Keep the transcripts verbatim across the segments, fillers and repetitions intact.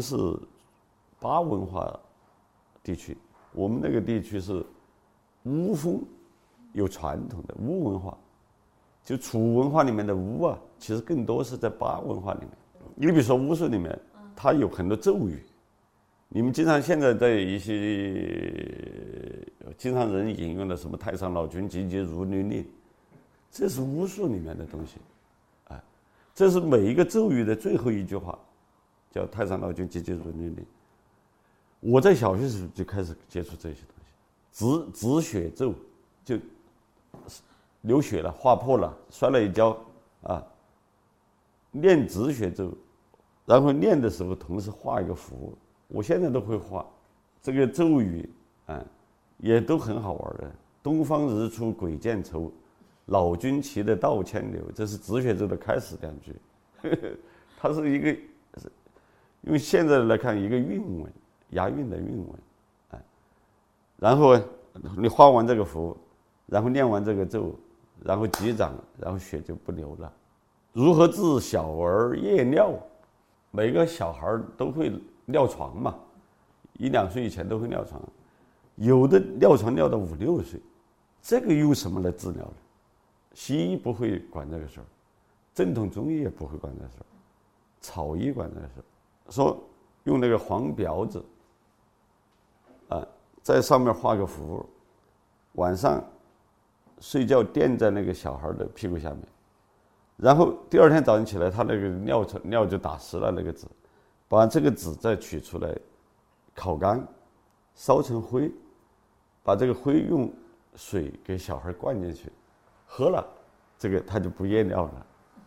是巴文化地区，我们那个地区是巫风，有传统的巫文化，就楚文化里面的巫啊，其实更多是在巴文化里面。你比如说巫术里面，它有很多咒语，你们经常现在在一些经常人引用的什么太上老君急急如律令，这是巫术里面的东西，哎，这是每一个咒语的最后一句话，叫太上老君急急如律令。我在小学时候就开始接触这些东西，止止血咒，就流血了，划破了，摔了一跤啊，念止血咒，然后念的时候同时画一个符，我现在都会画。这个咒语啊，也都很好玩的。东方日出鬼见愁，老君骑的道千流，这是止血咒的开始两句。呵呵，它是一个，用现在来看一个韵文，押韵的韵文，哎，然后你画完这个符，然后念完这个咒，然后击掌，然后血就不流了。如何治小儿夜尿？每个小孩都会尿床嘛，一两岁以前都会尿床，有的尿床尿到五六岁，这个用什么来治疗呢？西医不会管这个事儿，正统中医也不会管这个事儿，草医管这个事儿。说用那个黄表子，啊，在上面画个符，晚上睡觉垫在那个小孩的屁股下面，然后第二天早上起来，他那个尿尿就打湿了那个纸，把这个纸再取出来，烤干，烧成灰，把这个灰用水给小孩灌进去，喝了，这个他就不夜尿了。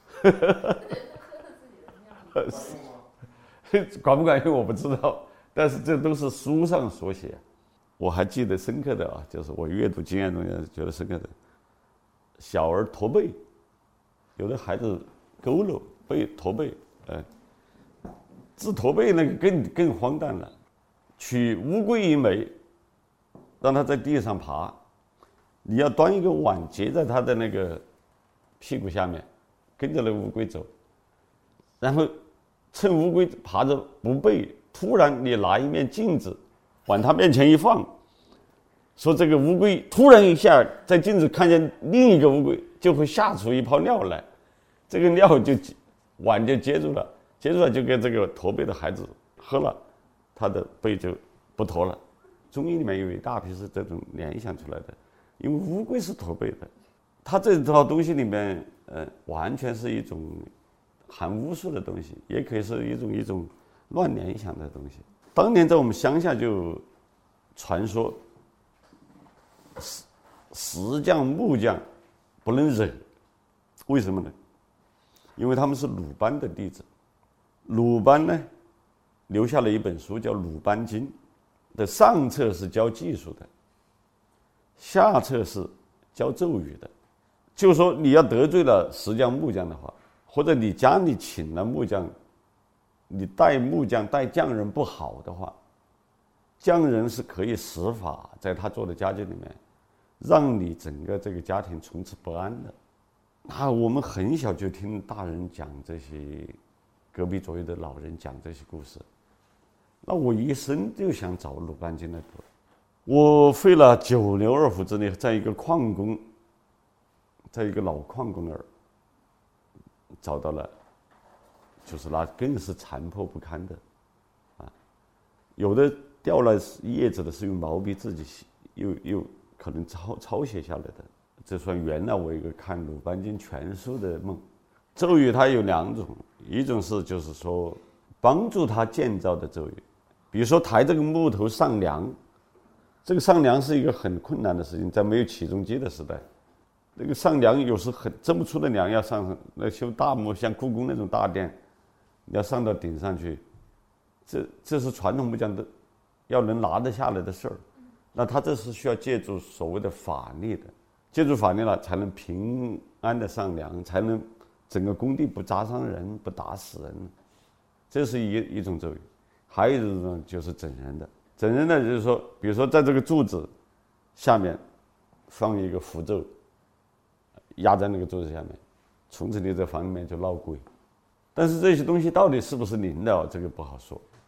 管不管用我不知道，但是这都是书上所写。我还记得深刻的啊，就是我阅读经验中间觉得深刻的，小儿驼背，有的孩子佝偻背驼背，哎，治驼背那个更更荒诞了，取乌龟一枚，让它在地上爬，你要端一个碗接在它的那个屁股下面，跟着那乌龟走，然后趁乌龟爬着不背，突然你拿一面镜子往它面前一放，说这个乌龟突然一下在镜子看见另一个乌龟，就会吓出一泡尿来，这个尿就碗就接住了，接住了就给这个驼背的孩子喝了，他的背就不驼了。中医里面有一大批是这种联想出来的，因为乌龟是驼背的，它这套东西里面，呃，完全是一种含巫术的东西，也可以是一种一种乱联想的东西。当年在我们乡下就传说，石石匠木匠不能忍，为什么呢？因为他们是鲁班的弟子，鲁班呢留下了一本书叫《鲁班经》，的上册是教技术的，下册是教咒语的。就是说你要得罪了石匠木匠的话，或者你家里请了木匠，你带木匠带匠人不好的话，匠人是可以施法在他做的家具里面，让你整个这个家庭从此不安的。那我们很小就听大人讲这些，隔壁左右的老人讲这些故事，那我一生就想找鲁班经来读。我费了九牛二虎之力，在一个矿工，在一个老矿工那儿找到了，就是那更是残破不堪的，啊，有的掉了叶子的是用毛笔自己写，又又可能抄抄写下来的，这算圆了我一个看鲁班经全书的梦。咒语它有两种，一种是就是说帮助他建造的咒语，比如说抬这个木头上梁，这个上梁是一个很困难的事情，在没有起重机的时代，那个上梁有时很这么粗的梁要上，那修大木像故宫那种大殿，你要上到顶上去，这这是传统木匠的要能拿得下来的事儿。那他这是需要借助所谓的法力的，借助法力了才能平安的上梁，才能整个工地不砸伤人，不打死人，这是一一种咒语。还有一种就是整人的，整人的就是说，比如说在这个柱子下面放一个符咒，压在那个柱子下面，从此你这房里面就闹鬼。但是这些东西到底是不是灵的，这个不好说。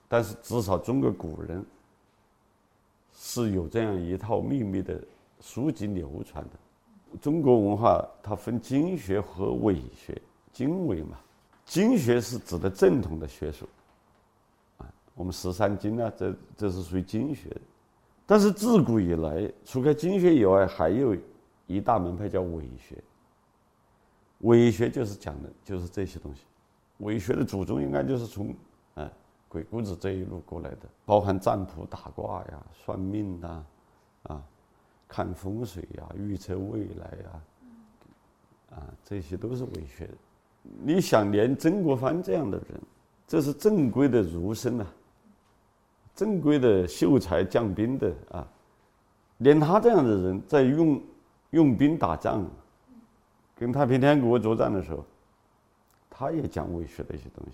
但是至少中国古人是有这样一套秘密的书籍流传的。中国文化它分经学和伪学，经伪嘛，经学是指的正统的学术，啊，我们十三经啊，这这是属于经学的。但是自古以来，除开经学以外，还有一大门派叫伪学。伪学就是讲的就是这些东西。伪学的祖宗应该就是从啊鬼谷子这一路过来的，包含占卜、打卦呀、算命呐，啊，看风水呀、预测未来呀，啊，这些都是伪学的。你想，连曾国藩这样的人，这是正规的儒生啊，正规的秀才将兵的啊，连他这样的人在用用兵打仗，跟太平天国作战的时候，他也讲伪学的一些东西。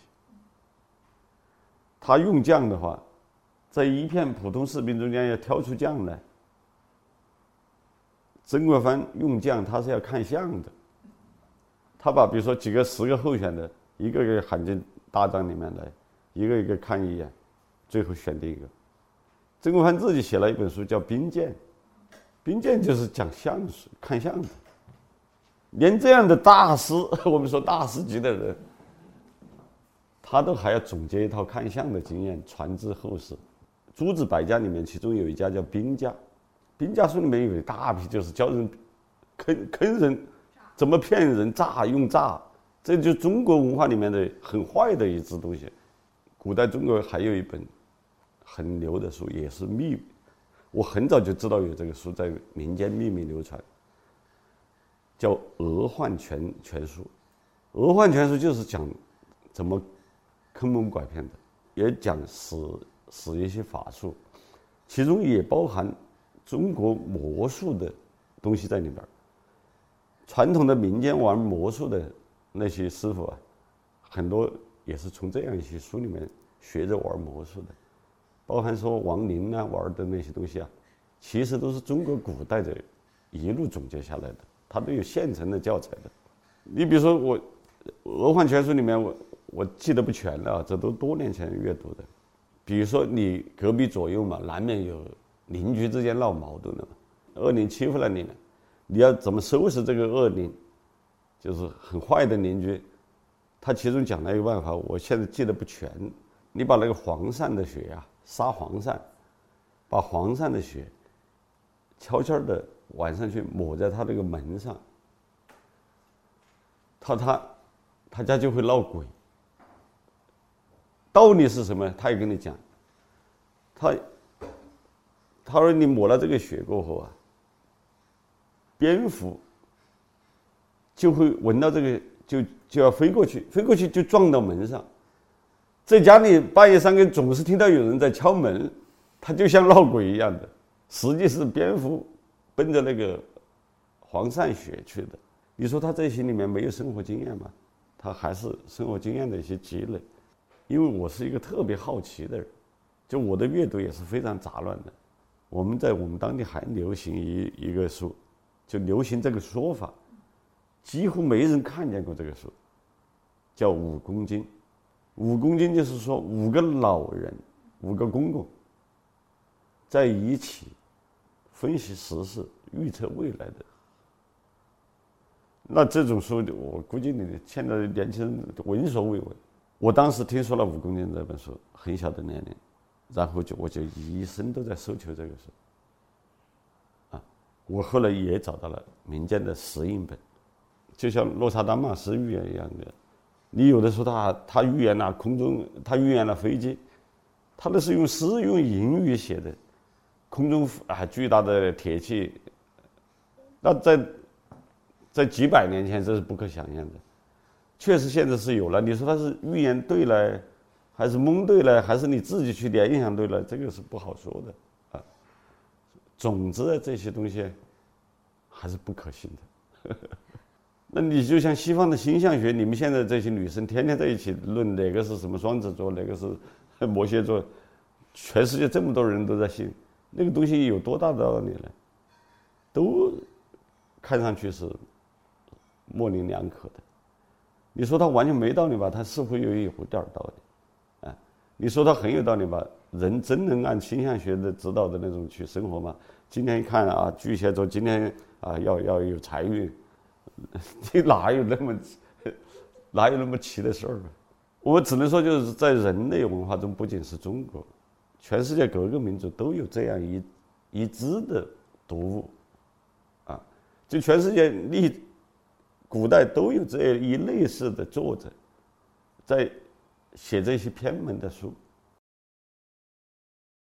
他用将的话，在一片普通士兵中间要挑出将来。曾国藩用将，他是要看相的。他把比如说几个十个候选的，一个个喊进大帐里面来，一个一个看一眼，最后选定一个。曾国藩自己写了一本书叫《兵谏》，兵谏就是讲相看相的。连这样的大师，我们说大师级的人，他都还要总结一套看相的经验传至后世。诸子百家里面，其中有一家叫兵家，兵家书里面有一大批就是教人坑坑人，怎么骗人，诈用诈，这就是中国文化里面的很坏的一支东西。古代中国还有一本很牛的书，也是秘，我很早就知道有这个书在民间秘密流传，叫《娥焕全全书》。《娥焕全书》就是讲怎么坑蒙拐骗的，也讲使使一些法术，其中也包含中国魔术的东西在里边。传统的民间玩魔术的那些师傅啊，很多也是从这样一些书里面学着玩魔术的，包含说王林啊玩的那些东西啊，其实都是中国古代的一路总结下来的，它都有现成的教材的。你比如说我《娥焕全书》里面，我我记得不全了，这都多年前阅读的。比如说你隔壁左右嘛，难免有邻居之间闹矛盾的嘛，恶邻欺负了你了，你要怎么收拾这个恶邻？就是很坏的邻居，他其中讲了一个办法，我现在记得不全。你把那个黄鳝的血啊，杀黄鳝，把黄鳝的血悄悄的晚上去抹在他那个门上，他他他家就会闹鬼。道理是什么？他也跟你讲，他他说你抹了这个血过后啊，蝙蝠就会闻到这个，就就要飞过去，飞过去就撞到门上。在家里半夜三更总是听到有人在敲门，他就像闹鬼一样的，实际是蝙蝠奔着那个黄鳝血去的。你说他这些里面没有生活经验吗？他还是生活经验的一些积累。因为我是一个特别好奇的人，就我的阅读也是非常杂乱的。我们在我们当地还流行一一个书，就流行这个说法，几乎没人看见过这个书，叫五公斤。五公斤就是说五个老人，五个公公在一起分析时事、预测未来的。那这种书，我估计你现在的年轻人闻所未闻。我当时听说了《五公斤》这本书，很小的年龄，然后就我就一生都在搜求这个书。啊，我后来也找到了民间的石印本，就像诺查丹马斯预言一样的。你有的时候他他预言了空中，他预言了飞机，他那是用诗用隐语写的，空中啊巨大的铁器，那在在几百年前这是不可想象的。确实现在是有了，你说他是预言对了，还是蒙对了，还是你自己去联想对了，这个是不好说的啊。总之这些东西还是不可信的。那你就像西方的星象学，你们现在这些女生天天在一起论哪个是什么双子座，哪个是摩羯座，全世界这么多人都在信，那个东西有多大的道理呢？都看上去是模棱两可的。你说它完全没道理吧？它似乎又有点道理，啊， 你说他很有道理吧？人真能按倾向学的指导的那种去生活吗？今天一看啊，巨蟹座今天啊要要有财运，你哪有那么哪有那么奇的事儿？我只能说，就是在人类文化中，不仅是中国，全世界各个民族都有这样一一支的读物，啊，就全世界历古代都有这一类似的作者，在写这些偏门的书。